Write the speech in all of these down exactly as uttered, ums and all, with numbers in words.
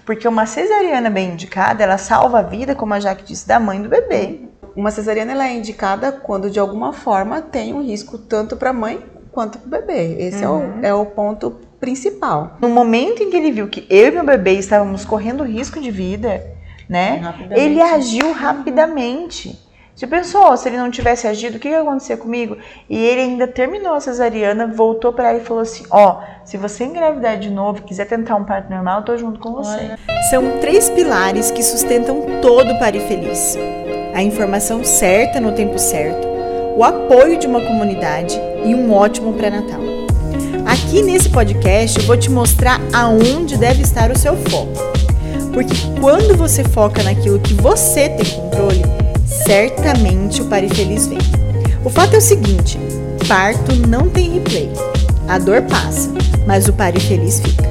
Porque uma cesariana bem indicada, ela salva a vida, como a Jaque disse, da mãe do bebê. Uma cesariana ela é indicada quando de alguma forma tem um risco tanto para a mãe quanto para o bebê. Esse uhum. é, o, é o ponto principal. No momento em que ele viu que eu e meu bebê estávamos correndo risco de vida, né? Ele agiu rapidamente. Você pensou, se ele não tivesse agido, o que ia acontecer comigo? E ele ainda terminou a cesariana, voltou para ela e falou assim, ó, oh, se você engravidar de novo, quiser tentar um parto normal, eu tô junto com você. São três pilares que sustentam todo o Pare Feliz. A informação certa no tempo certo, o apoio de uma comunidade e um ótimo pré-natal. Aqui nesse podcast eu vou te mostrar aonde deve estar o seu foco. Porque quando você foca naquilo que você tem controle, certamente o Pare Feliz vem. O fato é o seguinte, parto não tem replay. A dor passa, mas o Pare Feliz fica.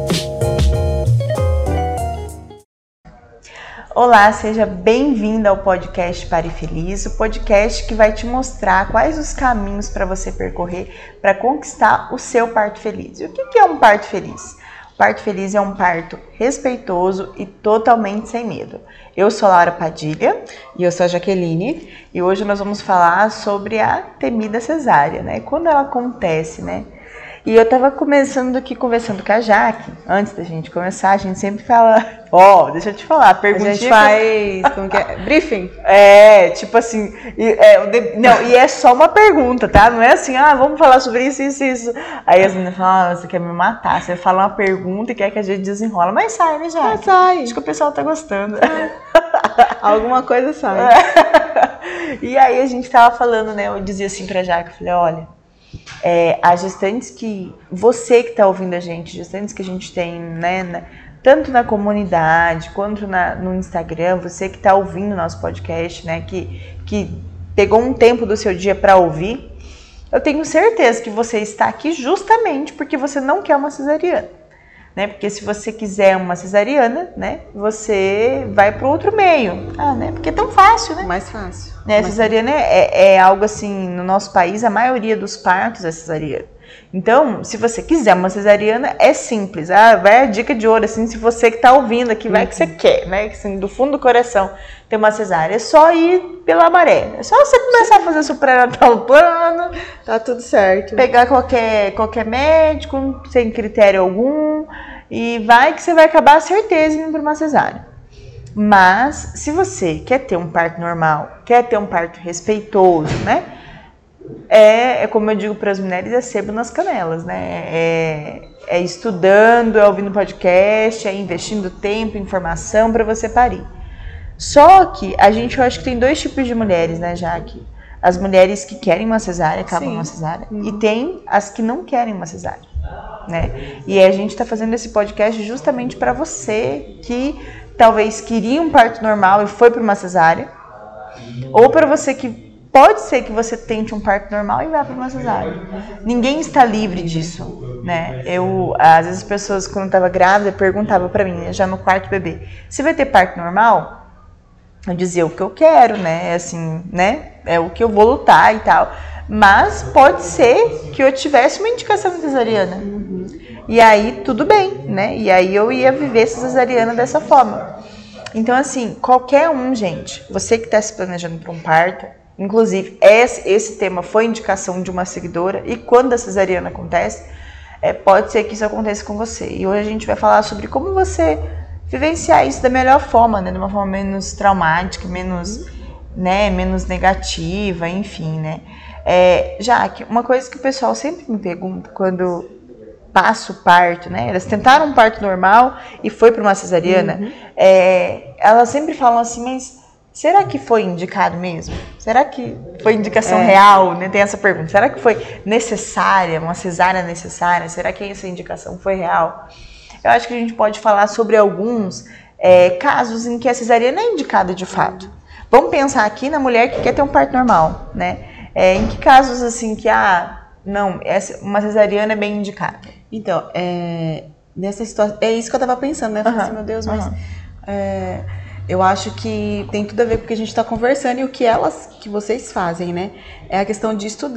Olá, seja bem-vinda ao podcast Pare Feliz, o podcast que vai te mostrar quais os caminhos para você percorrer para conquistar o seu parto feliz. E o que é um parto feliz? O parto feliz é um parto respeitoso e totalmente sem medo. Eu sou Laura Padilha. E eu sou a Jaqueline. E hoje nós vamos falar sobre a temida cesárea, né? Quando ela acontece, né? E eu tava começando aqui, conversando com a Jaque, antes da gente começar, a gente sempre fala, ó, oh, deixa eu te falar, perguntinha... A gente faz, como que é? Briefing? É, tipo assim, e, é, não, e é só uma pergunta, tá? Não é assim, ah, vamos falar sobre isso, isso, isso. Aí as meninas falam, ah, você quer me matar, você fala uma pergunta e quer que a gente desenrola, mas sai, né, Jaque? Mas sai. Acho que o pessoal tá gostando. Alguma coisa sai. E aí a gente tava falando, né, eu dizia assim pra Jaque, eu falei, olha, É, as gestantes que você que está ouvindo a gente, gestantes que a gente tem, né, na, tanto na comunidade quanto na, no Instagram, você que está ouvindo o nosso podcast, né, que, que pegou um tempo do seu dia para ouvir, eu tenho certeza que você está aqui justamente porque você não quer uma cesariana, né, porque se você quiser uma cesariana, né, você vai para o outro meio, ah, né, porque é tão fácil, né? Mais fácil. Né, a cesariana é, é algo assim, no nosso país, a maioria dos partos é cesariana. Então, se você quiser uma cesariana, é simples. Ah, vai a dica de ouro, assim, se você que está ouvindo aqui, vai que você quer, né? Assim, do fundo do coração ter uma cesárea. É só ir pela maré. É só você começar a fazer seu pré-natal plano. Tá tudo certo. Pegar qualquer, qualquer médico, sem critério algum. E vai que você vai acabar, certeza, indo para uma cesárea. Mas, se você quer ter um parto normal, quer ter um parto respeitoso, né? É, é como eu digo para as mulheres, é sebo nas canelas, né? É, é estudando, é ouvindo podcast, é investindo tempo, informação para você parir. Só que a gente, eu acho que tem dois tipos de mulheres, né, Jaque? As mulheres que querem uma cesárea, acabam uma cesárea, uhum. E tem as que não querem uma cesárea, né? E a gente está fazendo esse podcast justamente para você que talvez queria um parto normal e foi para uma cesárea, ou para você que pode ser que você tente um parto normal e vá para uma cesárea. Ninguém está livre disso, né? Eu, às vezes as pessoas, quando eu estava grávida, perguntavam para mim, já no quarto bebê, você vai ter parto normal? Eu dizia o que eu quero, né? Assim, né? É o que eu vou lutar e tal. Mas pode ser que eu tivesse uma indicação de cesariana. Uhum. E aí, tudo bem, né? E aí eu ia viver essa cesariana dessa forma. Então, assim, qualquer um, gente, você que está se planejando para um parto, inclusive, esse, esse tema foi indicação de uma seguidora, e quando a cesariana acontece, é, pode ser que isso aconteça com você. E hoje a gente vai falar sobre como você vivenciar isso da melhor forma, né? De uma forma menos traumática, menos, né, menos negativa, enfim, né? É, Jaque, uma coisa que o pessoal sempre me pergunta quando passa o parto, né? Elas tentaram um parto normal e foi para uma cesariana. Uhum. É, elas sempre falam assim, mas será que foi indicado mesmo? Será que foi indicação é. real? Né? Tem essa pergunta. Será que foi necessária, uma cesárea necessária? Será que essa indicação foi real? Eu acho que a gente pode falar sobre alguns é, casos em que a cesariana é indicada de fato. Vamos pensar aqui na mulher que quer ter um parto normal, né? É, em que casos assim que, ah, não, essa, uma cesariana é bem indicada? Então, é, nessa situação, é isso que eu tava pensando, né? Eu falei Uhum. assim, meu Deus, mas Uhum. é, eu acho que tem tudo a ver com o que a gente tá conversando e o que elas, que vocês fazem, né? É a questão de estudar.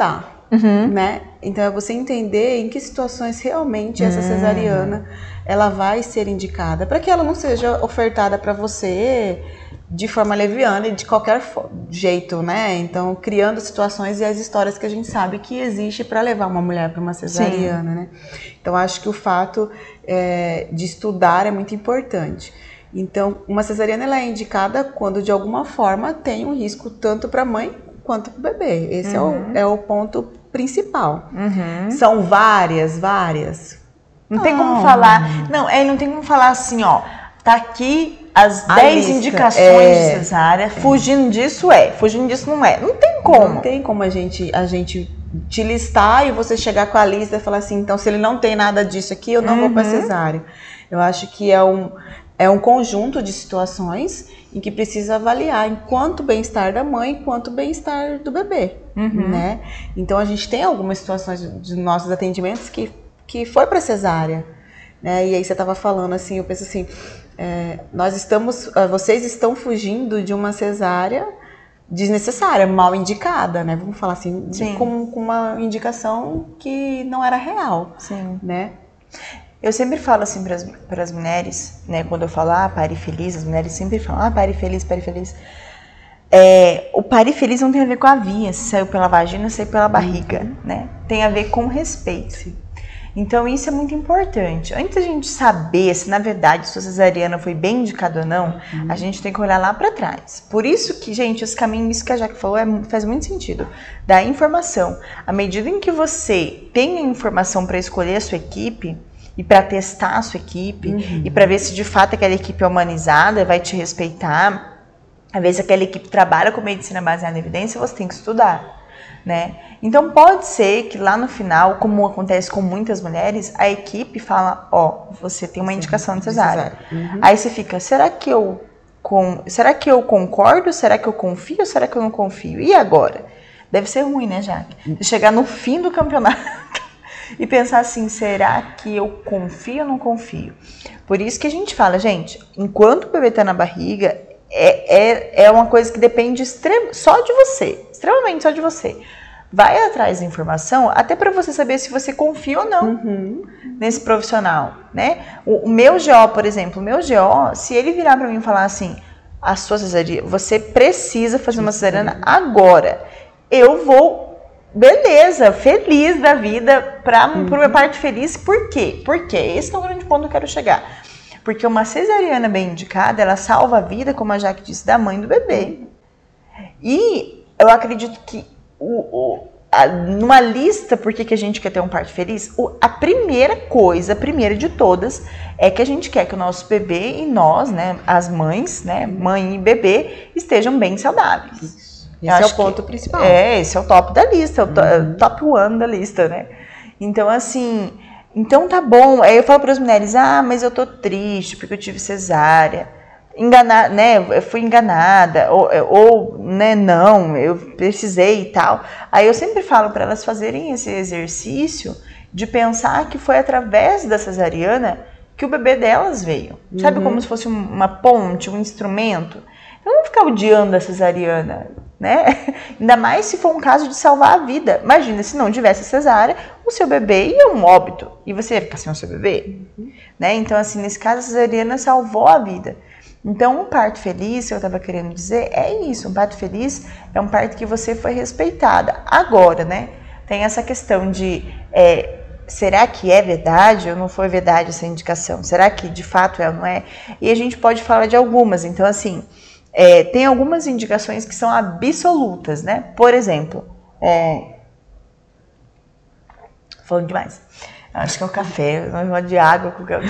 uhum. né? Então é você entender em que situações realmente essa cesariana ela vai ser indicada, para que ela não seja ofertada para você de forma leviana e de qualquer jeito, né? Então, criando situações e as histórias que a gente sabe que existe para levar uma mulher para uma cesariana, Sim. né? Então, acho que o fato é, de estudar é muito importante. Então, uma cesariana ela é indicada quando, de alguma forma, tem um risco tanto para a mãe quanto para o bebê. Esse uhum. é, o, é o ponto principal. Uhum. São várias, várias. Não, não tem como falar... Não, é, não tem como falar assim, ó... Tá aqui as dez indicações é, de cesárea, é. fugindo disso é, fugindo disso não é. Não tem como. Não tem como a gente, a gente te listar e você chegar com a lista e falar assim, então se ele não tem nada disso aqui, eu não uhum. vou para cesárea. Eu acho que é um, é um conjunto de situações em que precisa avaliar enquanto o bem-estar da mãe, quanto o bem-estar do bebê, uhum. né? Então a gente tem algumas situações de nossos atendimentos que, que foi para cesárea, né? E aí você estava falando assim, eu penso assim... É, nós estamos, vocês estão fugindo de uma cesárea desnecessária, mal indicada, né? Vamos falar assim, de, com, com uma indicação que não era real, Sim. né? Eu sempre falo assim para as mulheres, né? Quando eu falo, ah, pare feliz, as mulheres sempre falam, ah, pare feliz, pare feliz. É, o pare feliz não tem a ver com a via, se saiu pela vagina, se saiu pela barriga, uhum. né? Tem a ver com respeito. Sim. Então, isso é muito importante. Antes da gente saber se, na verdade, sua cesariana foi bem indicada ou não, uhum. a gente tem que olhar lá para trás. Por isso que, gente, esse caminho, isso que a Jaque falou, é, faz muito sentido. Da informação. À medida em que você tem a informação para escolher a sua equipe, e para testar a sua equipe, uhum. e para ver se, de fato, aquela equipe é humanizada, vai te respeitar, às vezes aquela equipe trabalha com medicina baseada em evidência, você tem que estudar. Né? Então pode ser que lá no final, como acontece com muitas mulheres, a equipe fala, ó, você tem uma Sim, indicação de cesárea. Uhum. Aí você fica, será que eu com, será que eu concordo? Será que eu confio? Ou será que eu não confio? E agora? Deve ser ruim, né, Jaque? Você chegar no fim do campeonato e pensar assim, será que eu confio ou não confio? Por isso que a gente fala, gente, enquanto o bebê tá na barriga, é, é, é uma coisa que depende extrem, só de você, extremamente só de você. Vai atrás da informação, até para você saber se você confia ou não uhum. nesse profissional, né? O, o meu G O, por exemplo, o meu G O, se ele virar para mim e falar assim, a sua cesariana, você precisa fazer uma cesariana agora, eu vou, beleza, feliz da vida, para uhum. a minha parte feliz, por quê? Porque esse é o grande ponto que eu quero chegar. Porque uma cesariana bem indicada, ela salva a vida, como a Jaque disse, da mãe e do bebê. E eu acredito que o, o, a, numa lista, por que, que a gente quer ter um parto feliz, o, a primeira coisa, a primeira de todas, é que a gente quer que o nosso bebê e nós, né, as mães, né, mãe e bebê, estejam bem saudáveis. Isso. Esse é o ponto que, principal. É, esse é o top da lista, o uhum. top one da lista, né? Então, assim... Então tá bom, aí eu falo para as mulheres, ah, mas eu tô triste porque eu tive cesárea, enganar, né, eu fui enganada, ou, ou né, não, eu precisei e tal. Aí eu sempre falo para elas fazerem esse exercício de pensar que foi através da cesariana que o bebê delas veio. Uhum. Sabe, como se fosse uma ponte, um instrumento? Então não ficar odiando a cesariana, né? Ainda mais se for um caso de salvar a vida. Imagina, se não tivesse cesárea, o seu bebê ia um óbito e você ia ficar sem o seu bebê, uhum. né? Então, assim, nesse caso, a cesariana salvou a vida. Então, um parto feliz, que eu estava querendo dizer, é isso. Um parto feliz é um parto que você foi respeitada. Agora, né? Tem essa questão de, é, será que é verdade ou não foi verdade essa indicação? Será que de fato é ou não é? E a gente pode falar de algumas. Então, assim... É, tem algumas indicações que são absolutas, né? Por exemplo, é... falando demais. Acho que é o café, não vou de água com café.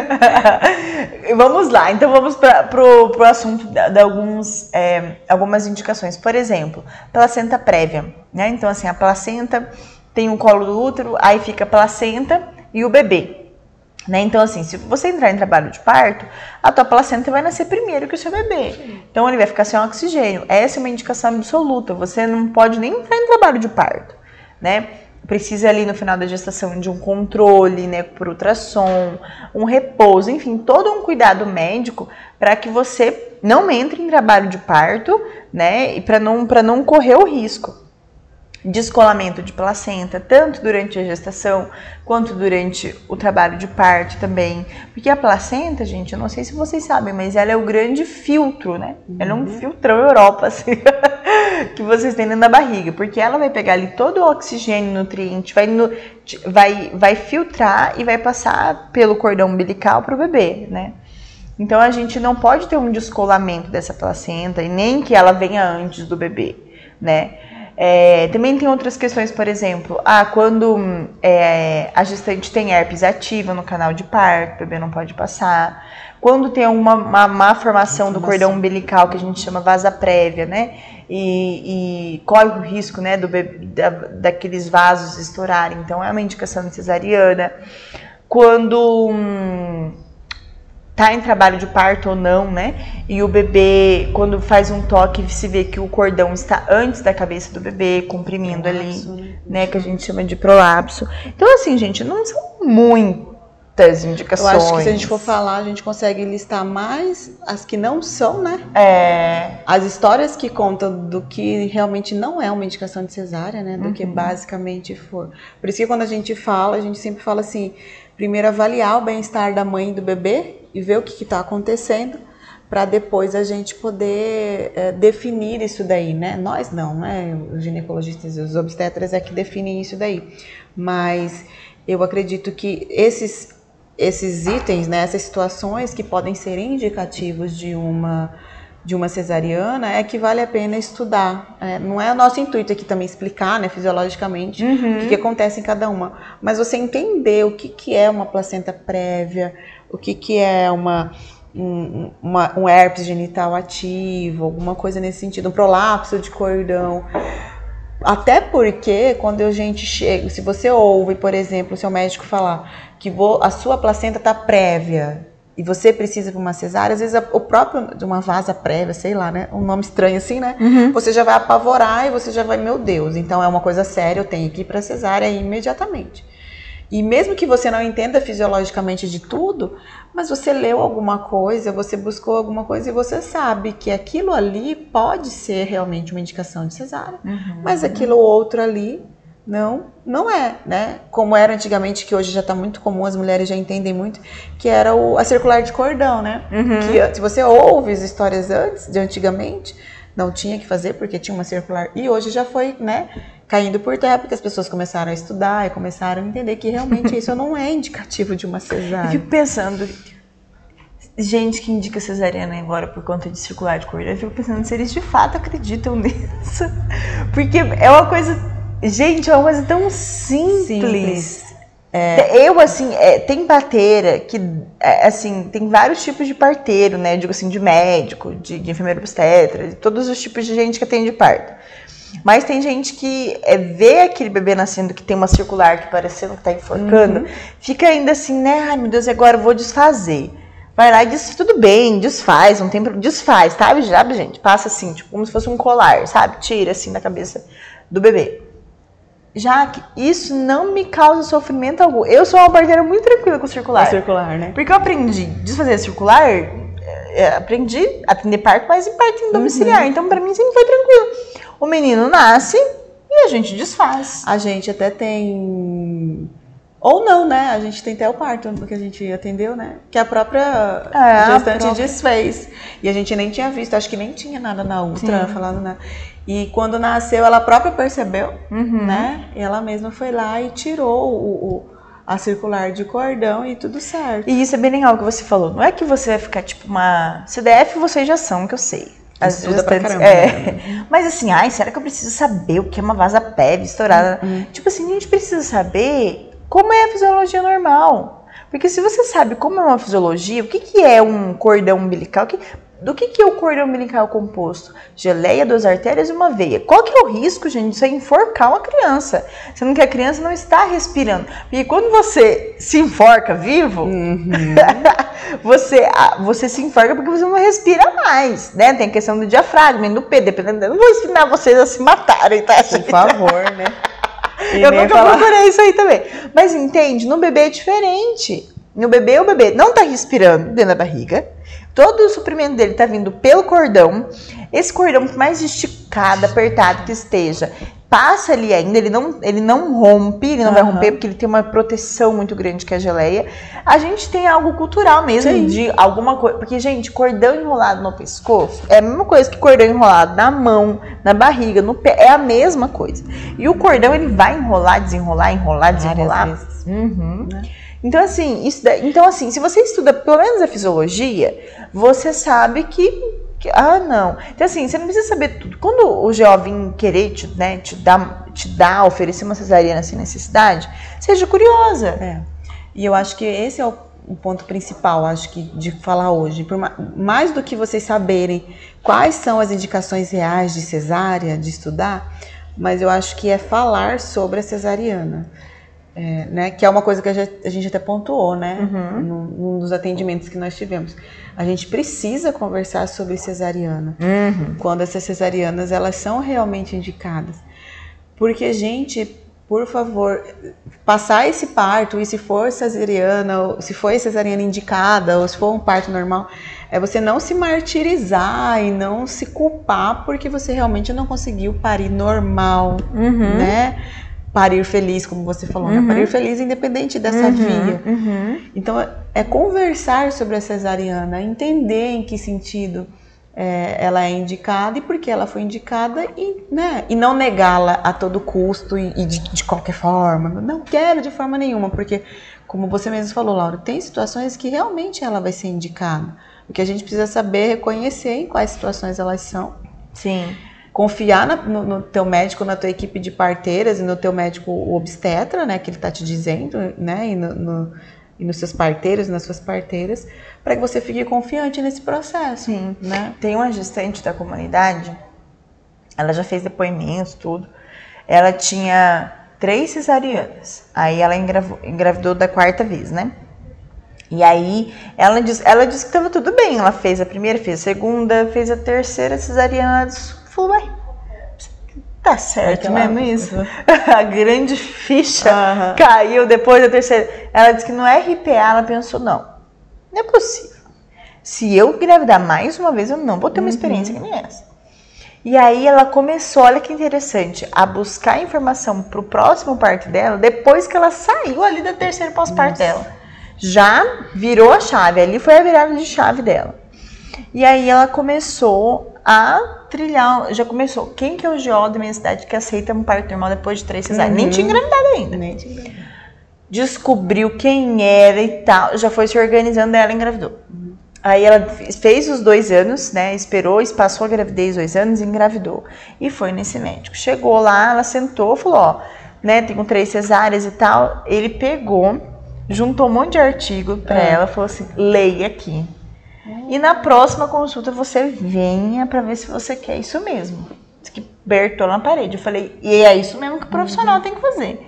Vamos lá, então vamos para o assunto de, de alguns, é, algumas indicações. Por exemplo, placenta prévia, né? Então, assim, a placenta tem o colo do útero, aí fica a placenta e o bebê. Né? Então, assim, se você entrar em trabalho de parto, a tua placenta vai nascer primeiro que o seu bebê. Então, ele vai ficar sem oxigênio. Essa é uma indicação absoluta. Você não pode nem entrar em trabalho de parto, né? Precisa ali no final da gestação de um controle, né, por ultrassom, um repouso, enfim, todo um cuidado médico para que você não entre em trabalho de parto, né, e para não, para não correr o risco. descolamento de placenta, tanto durante a gestação quanto durante o trabalho de parto também. Porque a placenta, gente, eu não sei se vocês sabem, mas ela é o grande filtro, né? Uhum. Ela é um filtrão Europa, assim, que vocês têm dentro da barriga. Porque ela vai pegar ali todo o oxigênio, nutriente, vai, no, vai, vai filtrar e vai passar pelo cordão umbilical para o bebê, né? Então a gente não pode ter um descolamento dessa placenta e nem que ela venha antes do bebê, né? É, também tem outras questões, por exemplo, ah, quando é, a gestante tem herpes ativa no canal de parto, o bebê não pode passar. Quando tem uma, uma má formação do cordão umbilical, que a gente chama vasa prévia, né? E, e corre o risco, né, do bebê, da, daqueles vasos estourarem. Então é uma indicação de cesariana. Quando hum, tá em trabalho de parto ou não, né? E o bebê, quando faz um toque, se vê que o cordão está antes da cabeça do bebê, comprimindo prolapso, ali, né? Que a gente chama de prolapso. Então, assim, gente, não são muitas indicações. Eu acho que se a gente for falar, a gente consegue listar mais as que não são, né? É. As histórias que contam do que realmente não é uma indicação de cesárea, né? Do uhum. que basicamente for. Por isso que quando a gente fala, a gente sempre fala assim, primeiro avaliar o bem-estar da mãe e do bebê, e ver o que está acontecendo, para depois a gente poder é, definir isso daí, né? Nós não, né? Os ginecologistas e os obstetras é que definem isso daí. Mas eu acredito que esses, esses itens, né? Essas situações que podem ser indicativos de uma, de uma cesariana, é que vale a pena estudar. É, não é o nosso intuito aqui também explicar, né, fisiologicamente, uhum. o que, que acontece em cada uma. Mas você entender o que, que é uma placenta prévia, o que, que é uma, um, uma, um herpes genital ativo, alguma coisa nesse sentido, um prolapso de cordão. Até porque quando a gente chega, se você ouve, por exemplo, o seu médico falar que a sua placenta está prévia e você precisa de uma cesárea, às vezes o próprio de uma vasa prévia, sei lá, né, um nome estranho assim, né, uhum. você já vai apavorar e você já vai, meu Deus, então é uma coisa séria, eu tenho que ir para cesárea imediatamente. E mesmo que você não entenda fisiologicamente de tudo, mas você leu alguma coisa, você buscou alguma coisa e você sabe que aquilo ali pode ser realmente uma indicação de cesárea, uhum. mas aquilo outro ali não, não é, né? Como era antigamente, que hoje já está muito comum, as mulheres já entendem muito, que era o, a circular de cordão, né? Uhum. Que se você ouve as histórias antes, de antigamente, não tinha que fazer porque tinha uma circular. E hoje já foi, né, caindo por terra, porque as pessoas começaram a estudar e começaram a entender que realmente isso não é indicativo de uma cesárea. Eu fico pensando, gente que indica cesariana agora por conta de circular de cordão, eu fico pensando se eles de fato acreditam nisso. Porque é uma coisa, gente, é uma coisa tão simples. simples. É. Eu, assim, é, tem parteira que, é, assim, tem vários tipos de parteiro, né? Eu digo assim, de médico, de, de enfermeiro obstetra, de todos os tipos de gente que atende parto. Mas tem gente que é, vê aquele bebê nascendo que tem uma circular que parecendo que tá enforcando, uhum. fica ainda assim, né? Ai, meu Deus, agora eu vou desfazer. Vai lá e diz, tudo bem, desfaz, não tem problema, desfaz, sabe, sabe, gente? Passa assim, tipo, como se fosse um colar, sabe? Tira assim da cabeça do bebê. Já que isso não me causa sofrimento algum. Eu sou uma parteira muito tranquila com o circular. O circular, né? Porque eu aprendi a desfazer circular, é, aprendi a atender parto, mas em parto domiciliar. Uhum. Então, pra mim, sempre foi tranquilo. O menino nasce e a gente desfaz. A gente até tem... Ou não, né? A gente tem até o parto que a gente atendeu, né? Que a própria é, gestante a própria... desfez. E a gente nem tinha visto, acho que nem tinha nada na ultra, falando nada. E quando nasceu, ela própria percebeu, uhum. né? E ela mesma foi lá e tirou o, o, a circular de cordão e tudo certo. E isso é bem legal que você falou. Não é que você vai ficar tipo uma... C D F vocês já são, que eu sei. As gestantes, é. Né? Mas assim, ai, será que eu preciso saber o que é uma vasa prévia estourada? Uhum. Tipo assim, a gente precisa saber como é a fisiologia normal. Porque se você sabe como é uma fisiologia, o que, que é um cordão umbilical... Que, do que, que é o cordão umbilical composto? Geleia, duas artérias e uma veia. Qual que é o risco, gente, de você enforcar uma criança? Sendo que a criança não está respirando. Porque quando você se enforca vivo, uhum. você, você se enforca porque você não respira mais, né? Tem a questão do diafragma e do P, dependendo. Eu não vou ensinar vocês a se matarem, tá? Por favor, né? E eu nunca falar... procurei isso aí também. Mas entende, no bebê é diferente. No bebê, o bebê não está respirando dentro da barriga. Todo o suprimento dele está vindo pelo cordão. Esse cordão, por mais esticado, apertado que esteja, passa ali ainda, ele não, ele não rompe, ele não Uhum. vai romper porque ele tem uma proteção muito grande que é a geleia. A gente tem algo cultural mesmo, Sim. de alguma coisa, porque, gente, cordão enrolado no pescoço é a mesma coisa que cordão enrolado na mão, na barriga, no pé, é a mesma coisa. E o cordão, ele vai enrolar, desenrolar, enrolar, desenrolar. Várias vezes. Uhum. Né? Então, assim, isso daí, então, assim, se você estuda pelo menos a fisiologia, você sabe que Que, ah, não. Então, assim, você não precisa saber tudo. Quando o G O vir querer te, né, te, dar, te dar, oferecer uma cesariana sem necessidade, seja curiosa. É. E eu acho que esse é o, o ponto principal, acho que, de falar hoje. Por ma, mais do que vocês saberem quais são as indicações reais de cesárea, de estudar, mas eu acho que é falar sobre a cesariana. É, né, que é uma coisa que a gente, a gente até pontuou, né, Uhum. num, num dos atendimentos que nós tivemos. A gente precisa conversar sobre cesariana, Uhum. quando essas cesarianas elas são realmente indicadas. Porque, gente, por favor, passar esse parto, e se for cesariana, ou se for cesariana indicada, ou se for um parto normal, é você não se martirizar e não se culpar porque você realmente não conseguiu parir normal, Uhum. né? Parir feliz, como você falou, Uhum. né? Parir feliz independente dessa Uhum. via. Uhum. Então, é, é conversar sobre a cesariana, entender em que sentido é, ela é indicada e por que ela foi indicada e, né, e não negá-la a todo custo e, e de, de qualquer forma. Não quero de forma nenhuma, porque, como você mesmo falou, Laura, tem situações que realmente ela vai ser indicada. O que a gente precisa saber é reconhecer em quais situações elas são. Sim. Confiar na, no, no teu médico, na tua equipe de parteiras e no teu médico obstetra, né, que ele tá te dizendo, né, e, no, no, e nos seus parteiros, nas suas parteiras, para que você fique confiante nesse processo. Sim. Né? Tem uma gestante da comunidade, ela já fez depoimentos, tudo. Ela tinha três cesarianas. Aí ela engravidou, engravidou da quarta vez, né? E aí ela disse, ela disse que estava tudo bem. Ela fez a primeira, fez a segunda, fez a terceira cesariana. Ela disse, falou, ué, tá certo Aquela- mesmo isso? A grande ficha Aham. caiu depois da terceira. Ela disse que no R P A ela pensou, não, não é possível. Se eu engravidar mais uma vez, eu não vou ter uma experiência que nem essa. E aí ela começou, olha que interessante, a buscar informação pro próximo parto dela, depois que ela saiu ali da terceira pós-parto dela. Já virou a chave, ali foi a virada de chave dela. E aí ela começou a trilhar, já começou, quem que é o G O da minha cidade que aceita um parto normal depois de três cesáreas? Uhum. Nem tinha engravidado ainda. Nem te engano. Descobriu quem era e tal, já foi se organizando, ela engravidou. Aí ela fez os dois anos, né, esperou, passou a gravidez dois anos e engravidou. E foi nesse médico. Chegou lá, ela sentou, falou, ó, né, tenho três cesáreas e tal. Ele pegou, juntou um monte de artigo pra É. ela, falou assim, leia aqui. E na próxima consulta você venha pra ver se você quer isso mesmo. Diz que apertou na parede. Eu falei, e é isso mesmo que o profissional tem que fazer.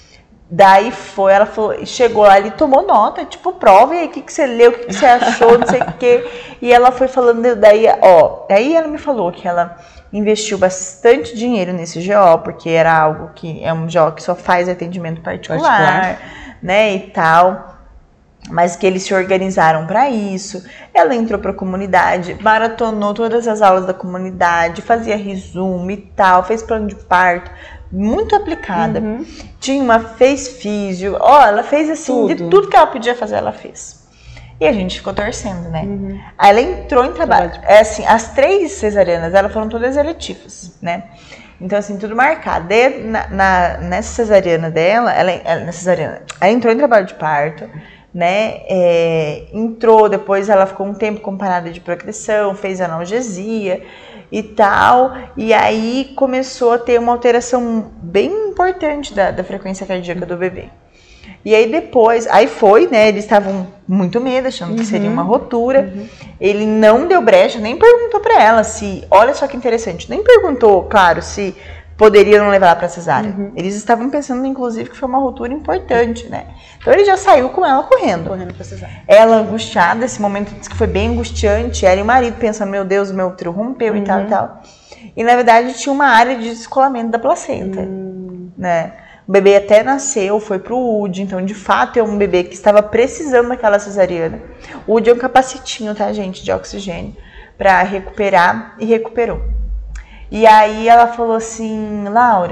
Daí foi, ela falou, chegou lá, ele tomou nota, tipo, prova, e aí, o que, que você leu, o que, que você achou, não sei o quê. E ela foi falando, daí, ó, aí ela me falou que ela investiu bastante dinheiro nesse G O, porque era algo que, é um G O que só faz atendimento particular, Particular. né, e tal. Mas que eles se organizaram para isso. Ela entrou para a comunidade, maratonou todas as aulas da comunidade, fazia resumo e tal, fez plano de parto, muito aplicada. Uhum. Tinha uma, fez físio, ó, ela fez assim, de Tudo. tudo que ela podia fazer, ela fez. E a gente ficou torcendo, né? Uhum. Aí ela entrou em trabalho. Trabalho É assim, as três cesarianas, elas foram todas eletivas, né? Então, assim, tudo marcado. Daí, na, na, nessa cesariana dela, ela, ela, na cesariana, ela entrou em trabalho de parto, né? É, entrou, depois ela ficou um tempo com parada de progressão, fez analgesia e tal, e aí começou a ter uma alteração bem importante da, da frequência cardíaca do bebê. E aí depois, aí foi, né, eles estavam muito medo, achando que seria uma rotura. Uhum. Ele não deu brecha, nem perguntou pra ela se, olha só que interessante, nem perguntou, claro, se poderia não levar ela pra cesárea. Uhum. Eles estavam pensando, inclusive, que foi uma rotura importante, né? Então ele já saiu com ela correndo. Correndo pra cesárea. Ela angustiada, esse momento disse que foi bem angustiante. Ela e o marido pensando, meu Deus, meu útero rompeu e tal e tal. E na verdade tinha uma área de descolamento da placenta, né? O bebê até nasceu, foi pro U D I, então de fato é um bebê que estava precisando daquela cesariana. O U D I é um capacitinho, tá, gente, de oxigênio, pra recuperar, e recuperou. E aí ela falou assim, Laura,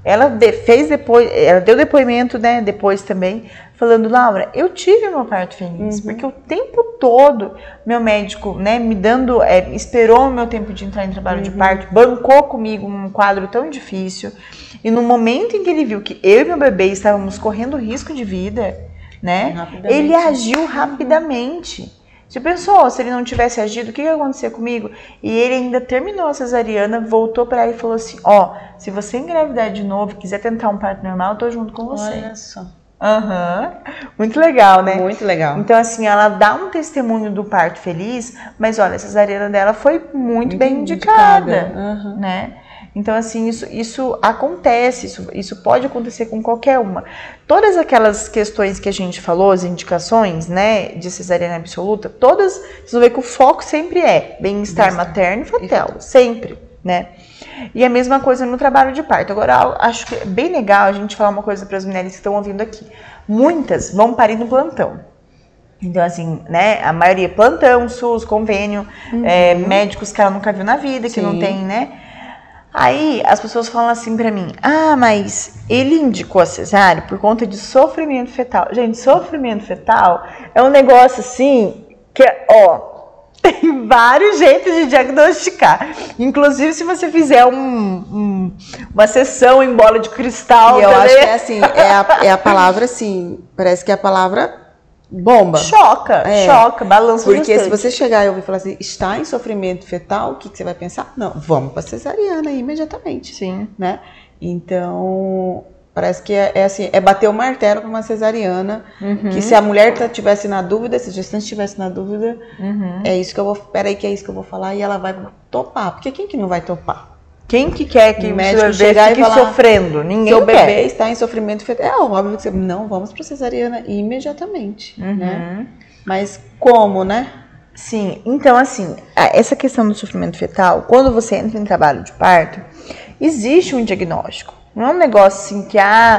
ela de, fez depois, ela deu depoimento, né, depois também, falando, Laura, eu tive meu parto feliz, uhum. porque o tempo todo meu médico, né, me dando, é, esperou o meu tempo de entrar em trabalho uhum. de parto, bancou comigo um quadro tão difícil, e no momento em que ele viu que eu e meu bebê estávamos correndo risco de vida, né, ele agiu rapidamente. Você pensou, se ele não tivesse agido, o que ia acontecer comigo? E ele ainda terminou a cesariana, voltou para ela e falou assim, ó, oh, se você engravidar de novo e quiser tentar um parto normal, eu tô junto com você. Olha só. Aham, uhum. Muito legal, né? Muito legal. Então, assim, ela dá um testemunho do parto feliz, mas olha, a cesariana dela foi muito, muito bem indicada, indicada. Uhum. né? Então, assim, isso, isso acontece, isso, isso pode acontecer com qualquer uma. Todas aquelas questões que a gente falou, as indicações, né, de cesariana absoluta, todas, vocês vão ver que o foco sempre é bem-estar materno e fetal, sempre, né? E a mesma coisa no trabalho de parto. Agora, acho que é bem legal a gente falar uma coisa para as mulheres que estão ouvindo aqui. Muitas vão parir no plantão. Então, assim, né, a maioria plantão, SUS, convênio, uhum. é, médicos que ela nunca viu na vida, que Sim. não tem, né? Aí as pessoas falam assim pra mim, ah, mas ele indicou a cesárea por conta de sofrimento fetal. Gente, sofrimento fetal é um negócio assim, que ó, tem vários jeitos de diagnosticar. Inclusive se você fizer um, um, uma sessão em bola de cristal. E eu também. Acho que é assim, é a, é a palavra assim, parece que é a palavra... Bomba. Choca, é. choca, balança Porque bastante. se você chegar e ouvir falar assim, está em sofrimento fetal, o que, que você vai pensar? Não, vamos para cesariana imediatamente. Sim. Né? Então, parece que é, é assim, é bater o martelo para uma cesariana, uhum. que se a mulher tivesse na dúvida, se a gestante estivesse na dúvida, uhum. é isso que eu vou, peraí que é isso que eu vou falar, e ela vai topar. Porque quem que não vai topar? Quem que quer que o médico chegar e falar, sofrendo? Ninguém seu quer. bebê está em sofrimento fetal. É óbvio que você não vamos para cesariana imediatamente, uhum. né? Mas como, né? Sim. Então, assim, essa questão do sofrimento fetal, quando você entra em trabalho de parto, existe um diagnóstico. Não é um negócio assim que, ah,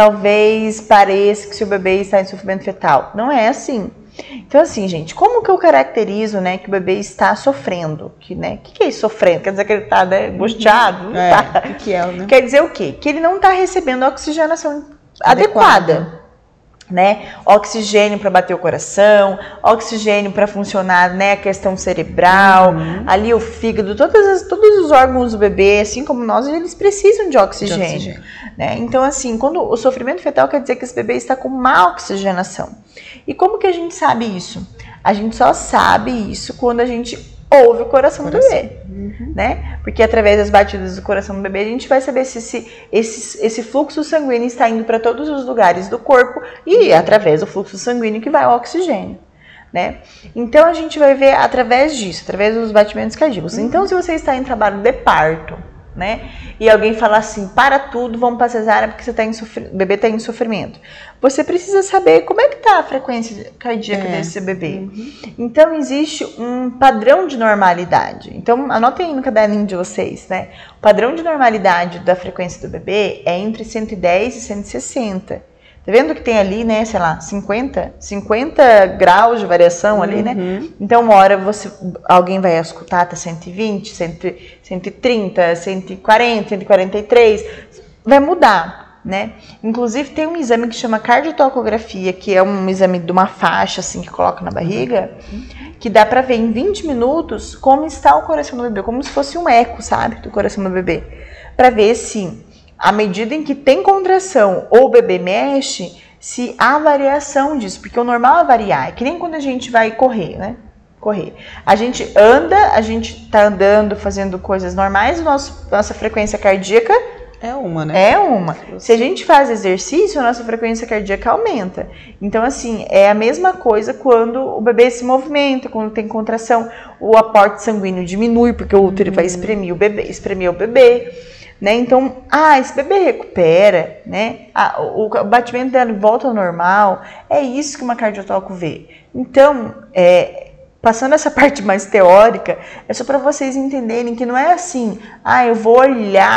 talvez pareça que seu bebê está em sofrimento fetal. Não é assim. Então, assim, gente, como que eu caracterizo, né, que o bebê está sofrendo? Que, né, que que é isso, sofrendo? Quer dizer que ele está, né, angustiado? Não é, tá. Que que é, né? Quer dizer o quê? Que ele não está recebendo oxigenação adequada, adequada né? Oxigênio para bater o coração, oxigênio para funcionar, né, a questão cerebral, uhum. ali o fígado, todas as, todos os órgãos do bebê, assim como nós, eles precisam de oxigênio, de oxigênio. Né? Então, assim, quando o sofrimento fetal quer dizer que esse bebê está com má oxigenação. E como que a gente sabe isso? A gente só sabe isso quando a gente ouve o coração, coração. do bebê, uhum. né? Porque através das batidas do coração do bebê a gente vai saber se esse, esse, esse fluxo sanguíneo está indo para todos os lugares do corpo e através do fluxo sanguíneo que vai o oxigênio, né? Então a gente vai ver através disso, através dos batimentos cardíacos. Uhum. Então se você está em trabalho de parto, né? E alguém fala assim, para tudo, vamos para cesárea porque você tá em sofr... o bebê está em sofrimento. Você precisa saber como é que está a frequência cardíaca é. desse bebê. Uhum. Então, existe um padrão de normalidade. Então, anotem aí no caderninho de vocês, né? O padrão de normalidade da frequência do bebê é entre cento e dez e cento e sessenta. Tá vendo que tem ali, né, sei lá, cinquenta, cinquenta graus de variação uhum. ali, né? Então, uma hora você, alguém vai escutar, tá cento e vinte, cento e trinta, cento e quarenta, cento e quarenta e três, vai mudar, né? Inclusive, tem um exame que chama cardiotocografia, que é um exame de uma faixa, assim, que coloca na barriga, uhum. que dá pra ver em vinte minutos como está o coração do bebê, como se fosse um eco, sabe, do coração do bebê. Pra ver se... à medida em que tem contração ou o bebê mexe, se há variação disso, porque o normal é variar, é que nem quando a gente vai correr, né? Correr. A gente anda, a gente tá andando, fazendo coisas normais, nosso, nossa frequência cardíaca é uma, né? É uma. Se a gente faz exercício, a nossa frequência cardíaca aumenta. Então, assim, é a mesma coisa quando o bebê se movimenta, quando tem contração, o aporte sanguíneo diminui, porque o útero uhum. vai espremer o bebê, espremer o bebê. Né? Então, ah, esse bebê recupera, né? Ah, o, o batimento dela volta ao normal. É isso que uma cardiotoco vê. Então, é, passando essa parte mais teórica, é só para vocês entenderem que não é assim, ah, eu vou olhar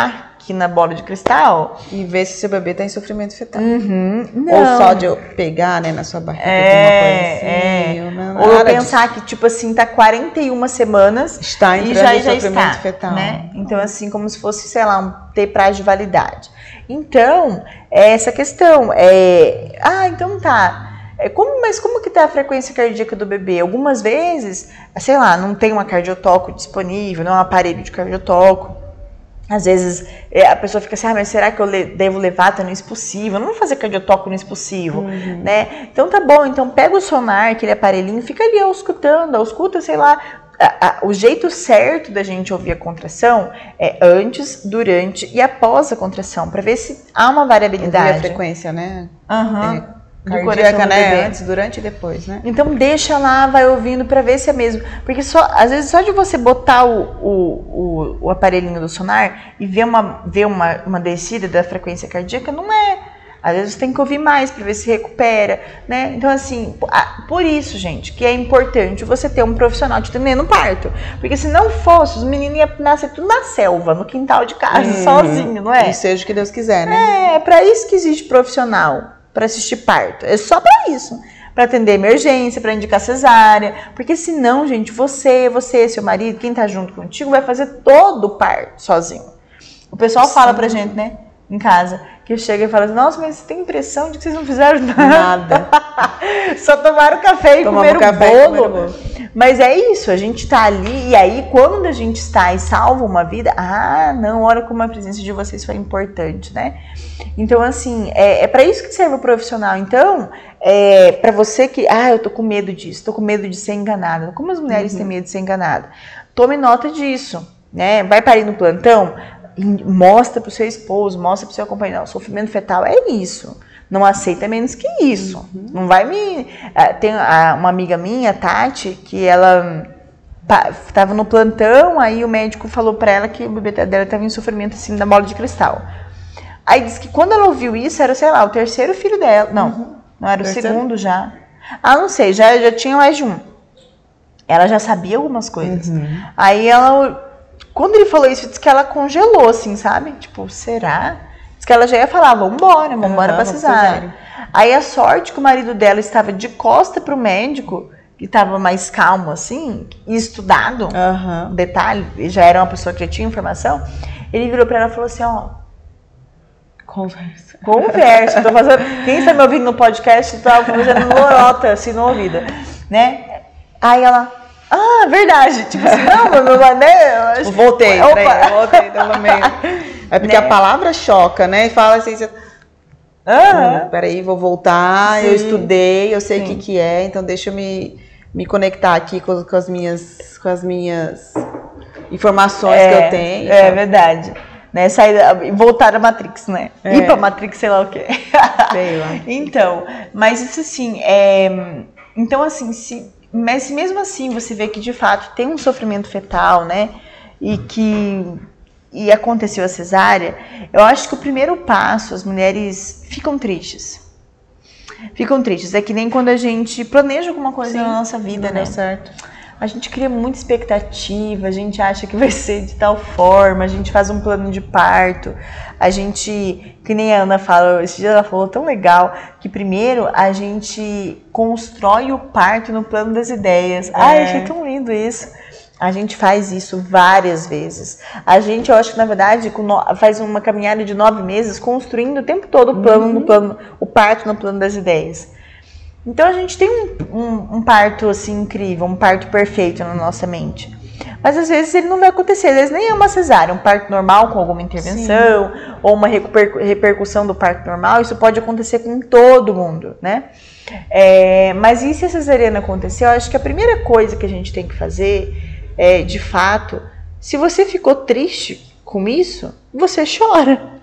aqui na bola de cristal e ver se seu bebê está em sofrimento fetal. Uhum, ou só de eu pegar, né, na sua barriga, é, alguma coisa assim. É. Eu não, ou eu pensar disso. Que, tipo assim, tá quarenta e uma semanas está entrando e já, em já sofrimento está, fetal. Né? Então, assim, como se fosse, sei lá, um, ter prazo de validade. Então, é essa questão. É, ah, então tá. É como, mas como que tá a frequência cardíaca do bebê? Algumas vezes, sei lá, não tem uma cardiotoco disponível, não é um aparelho de cardiotoco. Às vezes a pessoa fica assim, ah, mas será que eu le- devo levar até no expulsivo? Eu não vou fazer cardiotoco no expulsivo, uhum. né? Então tá bom, então pega o sonar, aquele aparelhinho, fica ali auscultando, ausculta, sei lá. A, a, o jeito certo da gente ouvir a contração é antes, durante e após a contração, para ver se há uma variabilidade. Ouvir a frequência, né? Aham. É. Cardíaca, né? Antes, durante e depois, né? Então deixa lá, vai ouvindo para ver se é mesmo. Porque só, às vezes só de você botar o, o, o, o aparelhinho do sonar e ver, uma, ver uma, uma descida da frequência cardíaca, não é. Às vezes você tem que ouvir mais para ver se recupera, né? Então assim, por isso, gente, que é importante você ter um profissional te atendendo no parto. Porque se não fosse, os meninos iam nascer tudo na selva, no quintal de casa, uhum. sozinho, não é? E seja o que Deus quiser, né? É, é para isso que existe profissional. Para assistir parto, é só para isso, para atender emergência, para indicar cesárea, porque senão, gente, você, você, seu marido, quem tá junto contigo vai fazer todo o parto sozinho. O pessoal Sim. fala pra gente, né, em casa, que chega e fala assim, nossa, mas você tem impressão de que vocês não fizeram nada, só tomaram café e comeram café bolo. bolo. Mas é isso, a gente tá ali e aí quando a gente está e salva uma vida, ah, não, olha como a presença de vocês foi importante, né? Então, assim, é, é para isso que serve o profissional. Então, é para você que, ah, eu tô com medo disso, tô com medo de ser enganada. Como as mulheres uhum. têm medo de ser enganada? Tome nota disso, né? Vai parir no plantão, mostra pro seu esposo, mostra pro seu companheiro, o sofrimento fetal é isso. Não aceita menos que isso. Uhum. Não vai me... Tem uma amiga minha, Tati, que ela estava no plantão, aí o médico falou para ela que o bebê dela estava em sofrimento assim da bola de cristal. Aí disse que quando ela ouviu isso, era, sei lá, o terceiro filho dela. Não, uhum. não era o terceiro? segundo já. Ah, não sei, já, já tinha mais de um. Ela já sabia algumas coisas. Uhum. Aí ela... Quando ele falou isso, disse que ela congelou, assim, sabe? Tipo, será? Diz que ela já ia falar, vambora, vambora uhum, pra cesárea. Aí a sorte que o marido dela estava de costa pro médico, que estava mais calmo, assim, e estudado, uhum. detalhe, já era uma pessoa que já tinha informação, ele virou pra ela e falou assim, ó, conversa. Conversa, tô fazendo, quem está me ouvindo no podcast, tá fazendo lorota, assim, no ouvido, né? Aí ela... Ah, verdade. Tipo assim, não, meu, né? Eu voltei, Opa. Peraí, eu voltei, então no meio. É porque né? a palavra choca, né? E fala assim, você... Uhum. Peraí, vou voltar, Sim. eu estudei, eu sei o que, que é, então deixa eu me, me conectar aqui com, com, as minhas, com as minhas informações é, que eu tenho. É então. verdade. Né, sair, voltar da Matrix, né? É. Ir pra Matrix, sei lá o quê. Sei lá. Então, mas isso assim, é... Então assim, se... Mas mesmo assim você vê que de fato tem um sofrimento fetal, né? E que e aconteceu a cesárea, eu acho que o primeiro passo, as mulheres ficam tristes. Ficam tristes. É que nem quando a gente planeja alguma coisa Sim, na nossa vida, né? Certo. A gente cria muita expectativa, a gente acha que vai ser de tal forma, a gente faz um plano de parto, a gente, que nem a Ana fala, esse dia ela falou tão legal, que primeiro a gente constrói o parto no plano das ideias. É. Ai, achei tão lindo isso. A gente faz isso várias vezes. A gente, eu acho que na verdade, faz uma caminhada de nove meses construindo o tempo todo o plano, uhum. no plano, o parto no plano das ideias. Então a gente tem um, um, um parto assim incrível, um parto perfeito na nossa mente. Mas às vezes ele não vai acontecer, às vezes nem é uma cesárea, um parto normal com alguma intervenção, Sim. ou uma reper, repercussão do parto normal, isso pode acontecer com todo mundo, né? É, mas e se a cesariana acontecer? Eu acho que a primeira coisa que a gente tem que fazer é, de fato, se você ficou triste com isso, você chora.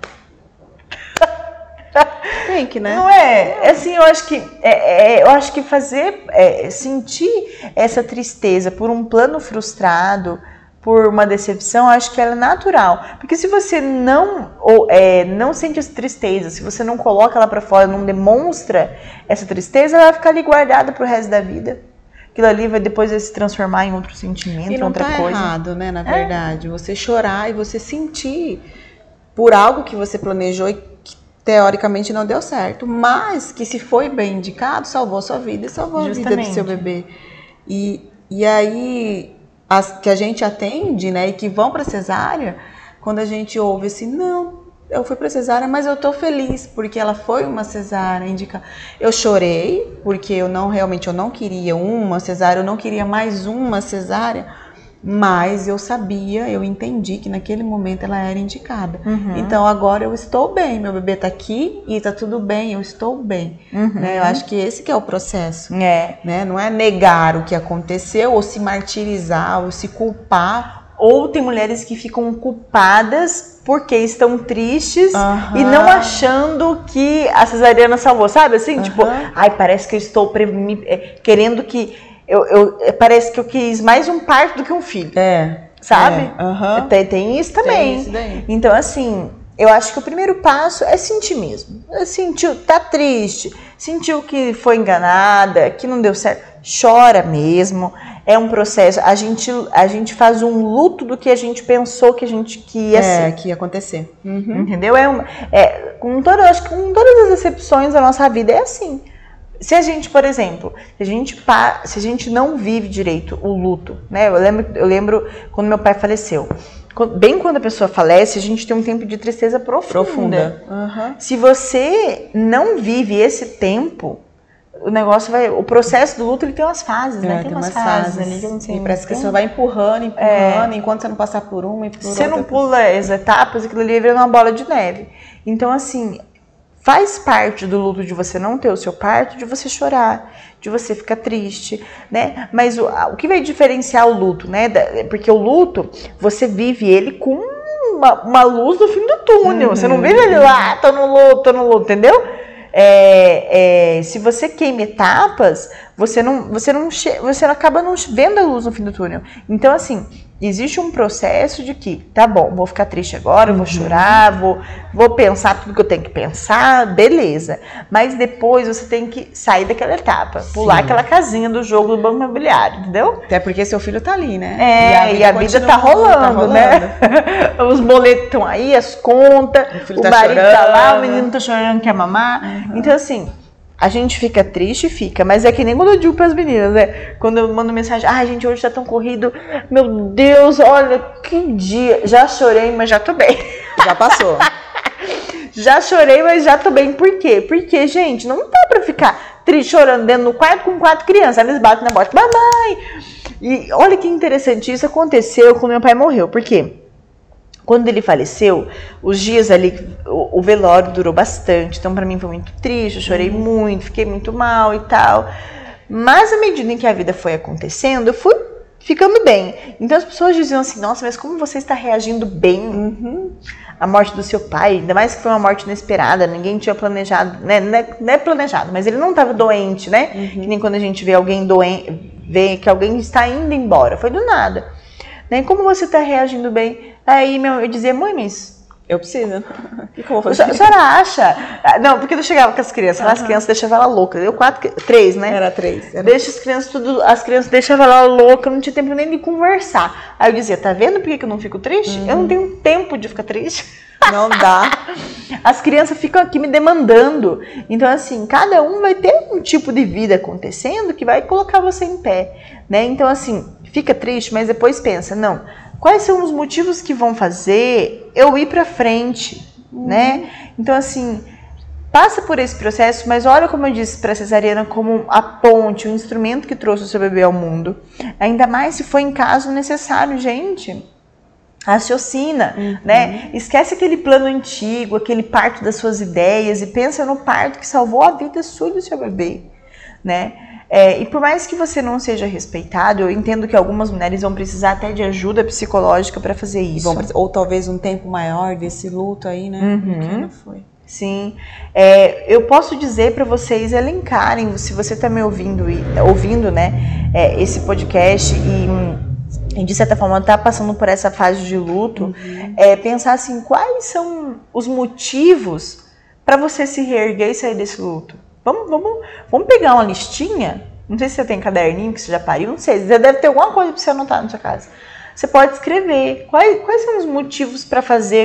Tem que, né? Não é? Assim, eu acho que, é, é, eu acho que fazer, é, sentir essa tristeza por um plano frustrado, por uma decepção, eu acho que ela é natural. Porque se você não, ou, é, não sente essa tristeza, se você não coloca ela pra fora, não demonstra essa tristeza, ela vai ficar ali guardada pro resto da vida. Aquilo ali vai depois vai se transformar em outro sentimento, e não outra tá coisa. Errado, né? Na verdade, é. Você chorar e você sentir por algo que você planejou e que teoricamente não deu certo, mas que se foi bem indicado, salvou a sua vida e salvou Justamente. a vida do seu bebê. E, e aí, as que a gente atende, né, e que vão para cesárea, quando a gente ouve assim, não, eu fui para cesárea, mas eu tô feliz, porque ela foi uma cesárea indicada. Eu chorei, porque eu não, realmente, eu não queria uma cesárea, eu não queria mais uma cesárea, mas eu sabia, eu entendi que naquele momento ela era indicada. Uhum. Então agora eu estou bem, meu bebê tá aqui e tá tudo bem, eu estou bem. Uhum. Né? Eu acho que esse que é o processo. É. Né? Não é negar o que aconteceu, ou se martirizar, ou se culpar. Ou tem mulheres que ficam culpadas porque estão tristes uhum. e não achando que a cesariana salvou, sabe? Assim, uhum. tipo, ai, parece que eu estou pre- me, é, querendo que... Eu, eu, parece que eu quis mais um parto do que um filho. É. Sabe? É, uhum. tem, tem isso também. Tem isso daí. Então, assim, eu acho que o primeiro passo é sentir mesmo. Sentiu, tá triste, sentiu que foi enganada, que não deu certo. Chora mesmo. É um processo. A gente, a gente faz um luto do que a gente pensou que a gente que ia é, ser. que ia acontecer. Uhum. Entendeu? É, uma, é com toda, acho que com todas as decepções da nossa vida é assim. Se a gente, por exemplo, se a gente, se a gente não vive direito o luto, né? Eu lembro, eu lembro quando meu pai faleceu. Bem quando a pessoa falece, a gente tem um tempo de tristeza profunda. profunda. Uhum. Se você não vive esse tempo, o negócio vai... O processo do luto, ele tem umas fases, é, né? Tem, tem umas fases, fases ali que eu não sei. E parece que você vai empurrando, empurrando, é. enquanto você não passar por uma e por outra. Você não pula as etapas, aquilo ali vira uma bola de neve. Então, assim... Faz parte do luto de você não ter o seu parto, de você chorar, de você ficar triste, né? Mas o, o que vai diferenciar o luto, né? Porque o luto, você vive ele com uma, uma luz no fim do túnel. Uhum. Você não vive ele lá, tô no luto, tô no luto, entendeu? É, é, se você queima etapas, você não, você não, você acaba não vendo a luz no fim do túnel. Então, assim, existe um processo de que, tá bom, vou ficar triste agora, uhum. vou chorar, vou, vou pensar tudo que eu tenho que pensar, beleza. Mas depois você tem que sair daquela etapa, pular Sim. aquela casinha do jogo do banco imobiliário, entendeu? Até porque seu filho tá ali, né? É, e a vida, e a vida tá, rolando, tá rolando, né? Os boletos estão aí, as contas, o, o tá marido chorando. tá lá, o menino tá chorando, quer mamar. Uhum. Então, assim... A gente fica triste, fica, mas é que nem quando eu digo pras meninas, né? Quando eu mando mensagem, ai, ah, gente, hoje tá tão corrido, meu Deus, olha, que dia. Já chorei, mas já tô bem. Já passou. Já chorei, mas já tô bem. Por quê? Porque, gente, não dá pra ficar triste, chorando dentro do quarto com quatro crianças. Eles batem na porta, mamãe. E olha que interessante, isso aconteceu quando meu pai morreu. Por quê? Quando ele faleceu, os dias ali, o, o velório durou bastante, então pra mim foi muito triste, eu chorei uhum. muito, fiquei muito mal e tal. Mas à medida em que a vida foi acontecendo, eu fui ficando bem. Então as pessoas diziam assim, nossa, mas como você está reagindo bem uhum. à morte do seu pai? Ainda mais que foi uma morte inesperada, ninguém tinha planejado, né? Não é, não é planejado, mas ele não estava doente, né? Uhum. Que nem quando a gente vê alguém doente, vê que alguém está indo embora, foi do nada. Né? Como você está reagindo bem? Aí meu, eu dizia, mãe, mas eu preciso. O que, que eu vou fazer? A senhora acha? Não, porque eu chegava com as crianças, uhum. as crianças deixavam ela louca. Eu quatro, três, né? Era três. Era... Deixa as crianças tudo, as crianças deixavam ela louca, eu não tinha tempo nem de conversar. Aí eu dizia, tá vendo por que eu não fico triste? Uhum. Eu não tenho tempo de ficar triste. Não dá. As crianças ficam aqui me demandando. Então, assim, cada um vai ter um tipo de vida acontecendo que vai colocar você em pé, né? Então, assim, fica triste, mas depois pensa, não, quais são os motivos que vão fazer eu ir pra frente, uhum. né? Então, assim, passa por esse processo, mas olha como eu disse pra cesariana como a ponte, o instrumento que trouxe o seu bebê ao mundo. Ainda mais se for em caso necessário, gente. Raciocina, uhum. né? Esquece aquele plano antigo, aquele parto das suas ideias e pensa no parto que salvou a vida sua e do seu bebê, né? É, e por mais que você não seja respeitado, eu entendo que algumas mulheres vão precisar até de ajuda psicológica para fazer isso. Bom, ou talvez um tempo maior desse luto aí, né? Uhum. Que não foi. Sim, é, eu posso dizer para vocês elencarem, se você está me ouvindo, ouvindo, né, é, esse podcast e e de certa forma está passando por essa fase de luto, uhum. é, pensar assim, quais são os motivos para você se reerguer e sair desse luto? Vamos, vamos, vamos pegar uma listinha, não sei se você tem caderninho que você já pariu, não sei, você deve ter alguma coisa para você anotar na sua casa. Você pode escrever quais, quais são os motivos para fazer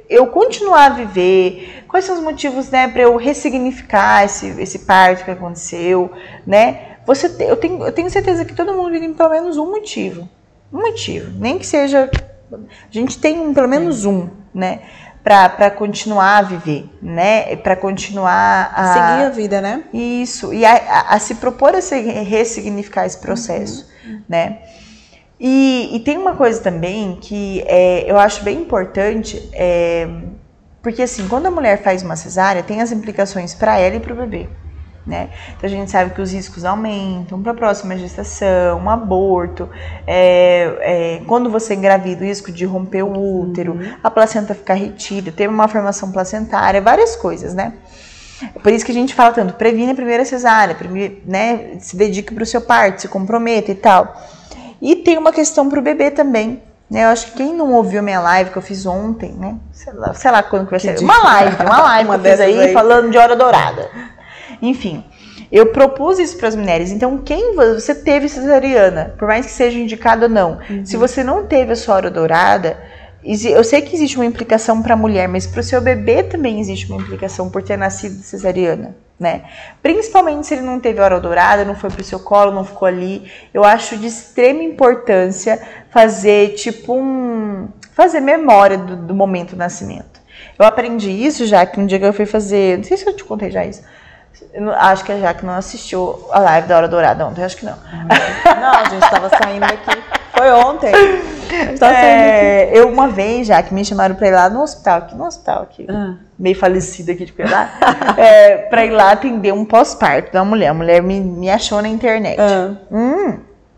eu continuar a viver, quais são os motivos, né, para eu ressignificar esse, esse parto que aconteceu, né? Você te, eu, tenho, eu tenho certeza que todo mundo vive pelo menos um motivo, um motivo, nem que seja, a gente tem um, pelo menos um, né, para continuar a viver, né, para continuar a seguir a vida, né? Isso, e a, a, a se propor a se ressignificar esse processo, uhum. né? E, e tem uma coisa também que é, eu acho bem importante, é, porque assim, quando a mulher faz uma cesárea, tem as implicações para ela e para o bebê, né? Então a gente sabe que os riscos aumentam para a próxima gestação, um aborto, é, é, quando você engravida, o risco de romper o útero, uhum. a placenta ficar retida, ter uma formação placentária, várias coisas, né? Por isso que a gente fala tanto, previne a primeira cesárea, previne, né? Se dedique para o seu parto, se comprometa e tal. E tem uma questão para o bebê também, né? Eu acho que quem não ouviu a minha live que eu fiz ontem, né? Sei lá, sei lá quando que vai ser. Uma live, uma live uma que eu fiz aí, aí falando de hora dourada. Enfim, eu propus isso para as mulheres. Então, quem você teve cesariana, por mais que seja indicado ou não, uhum. se você não teve a sua hora dourada, eu sei que existe uma implicação para a mulher, mas para o seu bebê também existe uma implicação por ter nascido cesariana, né? Principalmente se ele não teve hora dourada, não foi pro seu colo, não ficou ali. Eu acho de extrema importância fazer tipo um... fazer memória do, do momento do nascimento. Eu aprendi isso já que um dia que eu fui fazer... Não sei se eu te contei já isso. Eu acho que a Jaque não assistiu a live da Hora Dourada ontem, acho que não. Não, a gente estava saindo daqui. Foi ontem. É, eu uma vez, já que me chamaram pra ir lá no hospital, aqui no hospital, aqui, ah. meio falecida aqui de cuidar, é, pra ir lá atender um pós-parto da mulher. A mulher me, me achou na internet. Ah. Hum,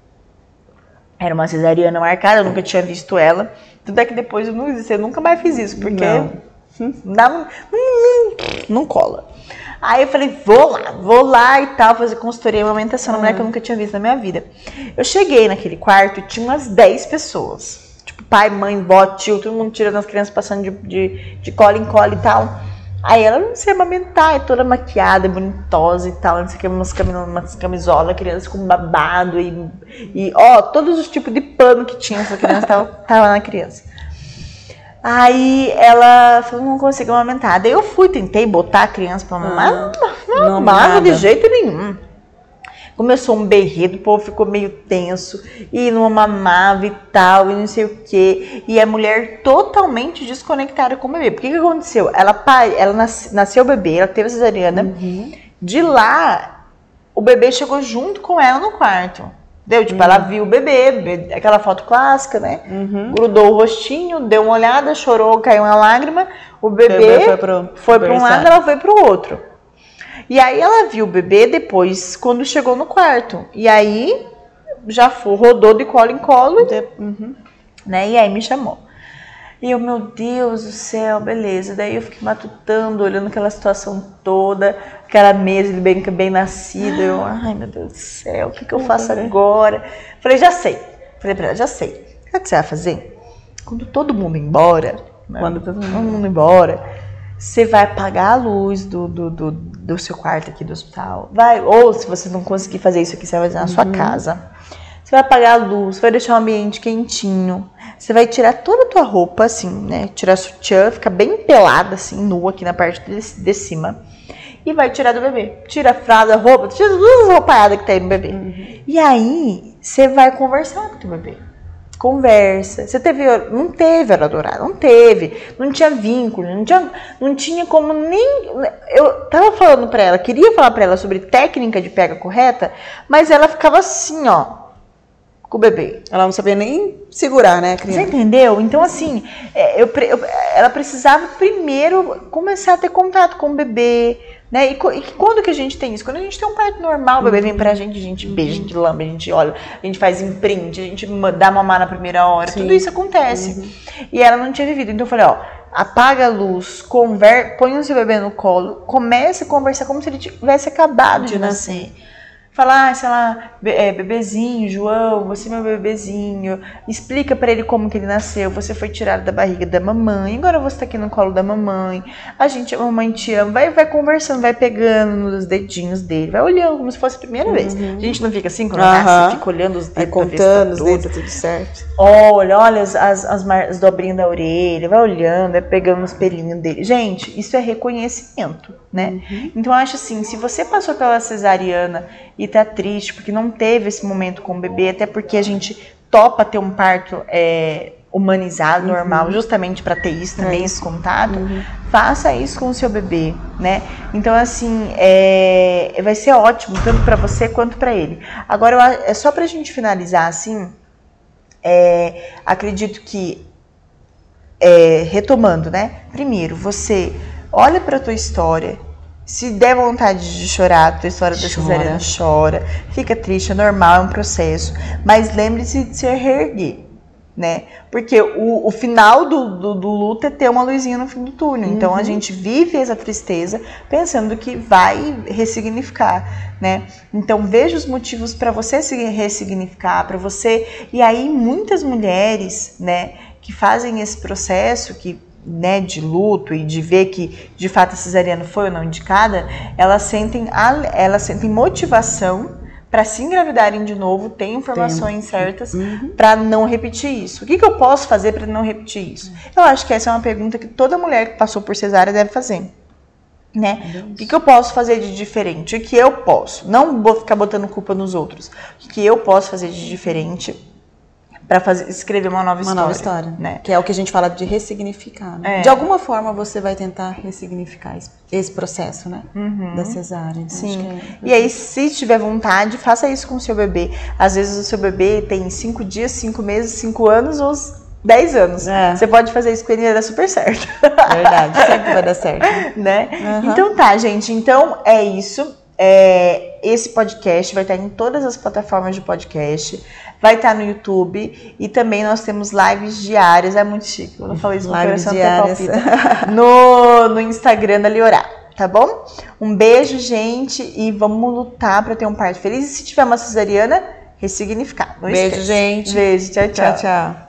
era uma cesariana marcada, eu nunca tinha visto ela. Tudo é que depois eu, não, eu nunca mais fiz isso, porque não, não, não, não cola. Aí eu falei, vou lá, vou lá e tal, fazer consultoria e amamentação na mulher que eu nunca tinha visto na minha vida. Eu cheguei naquele quarto e tinha umas dez pessoas. Tipo, pai, mãe, vó, tio, todo mundo tirando as crianças, passando de, de, de cola em cola e tal. Aí ela não sei amamentar, é toda maquiada, bonitosa e tal, não sei o que, umas, umas camisolas, a criança com babado e, e, ó, todos os tipos de pano que tinha essa criança, tava, tava na criança. Aí ela falou, não consigo amamentar. Daí eu fui, tentei botar a criança pra mamar, ah, não, não amava de jeito nenhum. Começou um berredo, o povo ficou meio tenso, e não mamava e tal, e não sei o quê. E a mulher totalmente desconectada com o bebê. Por que que aconteceu? Ela, ela nasce, nasceu o bebê, ela teve a cesariana. Uhum. De lá, o bebê chegou junto com ela no quarto. Deu, tipo, uhum. ela viu o bebê, bebê, aquela foto clássica, né? Uhum. Grudou o rostinho, deu uma olhada, chorou, caiu uma lágrima. O bebê, o bebê foi para foi um lado, ela foi para o outro. E aí ela viu o bebê depois, quando chegou no quarto. E aí já foi, rodou de colo em colo, de, uhum. né? E aí me chamou. E eu, meu Deus do céu, beleza. Daí eu fiquei matutando, olhando aquela situação toda, aquela mesa de bem, bem nascida. Eu, ai meu Deus do céu, o que, que eu faço agora? Falei, já sei. Falei pra ela, já sei. O que você vai fazer? Quando todo mundo ir embora, né? Quando todo mundo, todo mundo ir embora, você vai apagar a luz do, do, do, do seu quarto aqui do hospital. Vai, ou se você não conseguir fazer isso aqui, você vai fazer na uhum. sua casa. Você vai apagar a luz, vai deixar o ambiente quentinho. Você vai tirar toda a tua roupa, assim, né? Tirar a sutiã, fica bem pelada, assim, nua aqui na parte de, de cima. E vai tirar do bebê. Tira a fralda, a roupa, tira todas as roupaiadas que tá aí no bebê. Uhum. E aí, você vai conversar com o teu bebê. Conversa. Você teve, não teve hora dourada, não teve. Não tinha vínculo, não tinha, não tinha como nem... Eu tava falando pra ela, queria falar pra ela sobre técnica de pega correta, mas ela ficava assim, ó, com o bebê. Ela não sabia nem segurar, né, a criança? Você entendeu? Então, assim, eu, eu, ela precisava primeiro começar a ter contato com o bebê, né? E, e quando que a gente tem isso? Quando a gente tem um parto normal, o bebê vem pra gente, a gente beija, a gente lambe, a gente olha, a gente faz imprint, a gente dá mamar na primeira hora, Sim. tudo isso acontece. Uhum. E ela não tinha vivido. Então eu falei, ó, apaga a luz, conver, põe o seu bebê no colo, comece a conversar como se ele tivesse acabado de, de nascer. nascer. Falar, sei lá, é, bebezinho, João, você é meu bebezinho. Explica pra ele como que ele nasceu. Você foi tirado da barriga da mamãe, agora você tá aqui no colo da mamãe. A gente, a mamãe te ama. Vai, vai conversando, vai pegando nos dedinhos dele, vai olhando como se fosse a primeira uhum. vez. A gente não fica assim quando uhum. nasce, fica olhando os dedos, vai contando os dedos, tá tudo certo. Olha, olha as, as, as, mar, as dobrinhas da orelha, vai olhando, vai pegando os pelinhos dele. Gente, isso é reconhecimento, né? Uhum. Então eu acho assim, se você passou pela cesariana e tá triste porque não teve esse momento com o bebê, até porque a gente topa ter um parto é, humanizado, uhum. normal, justamente para ter isso também, é. esse contato, uhum. faça isso com o seu bebê, né? Então assim, é, vai ser ótimo tanto para você quanto para ele. Agora, eu, é só pra gente finalizar assim, é, acredito que é, retomando, né? Primeiro, você olha para tua história. Se der vontade de chorar, a tua história da cesariana, chora, fica triste, é normal, é um processo. Mas lembre-se de se reerguer, né? Porque o, o final do, do, do luto é ter uma luzinha no fim do túnel. Uhum. Então a gente vive essa tristeza pensando que vai ressignificar, né? Então veja os motivos para você se ressignificar, para você. E aí muitas mulheres, né, que fazem esse processo, que né, de luto e de ver que de fato a cesariana foi ou não indicada, elas sentem, elas sentem motivação para se engravidarem de novo, ter informações Tem. certas uhum. para não repetir isso. O que, que eu posso fazer para não repetir isso? Uhum. Eu acho que essa é uma pergunta que toda mulher que passou por cesárea deve fazer. Né? Uhum. O que, que eu posso fazer de diferente? O que eu posso? Não vou ficar botando culpa nos outros. O que eu posso fazer de diferente para escrever uma nova uma história. Nova história, né? Que é o que a gente fala de ressignificar. Né? É. De alguma forma você vai tentar ressignificar esse, esse processo, né? Uhum. Da cesárea. Sim. Acho que é... E aí, se tiver vontade, faça isso com o seu bebê. Às vezes o seu bebê tem cinco dias, cinco meses, cinco anos ou dez anos. É. Você pode fazer isso com ele e vai dar super certo. Verdade, sempre vai dar certo. Né? Uhum. Então tá, gente. Então é isso. É, esse podcast vai estar em todas as plataformas de podcast. Vai estar no YouTube e também nós temos lives diárias, é muito chique, eu não falei isso, lives diárias no, no Instagram da Liorá, tá bom? Um beijo, gente, e vamos lutar para ter um parto feliz. E se tiver uma cesariana, ressignificar. Não beijo, esquece. gente. Beijo, tchau, tchau. Tchau, tchau.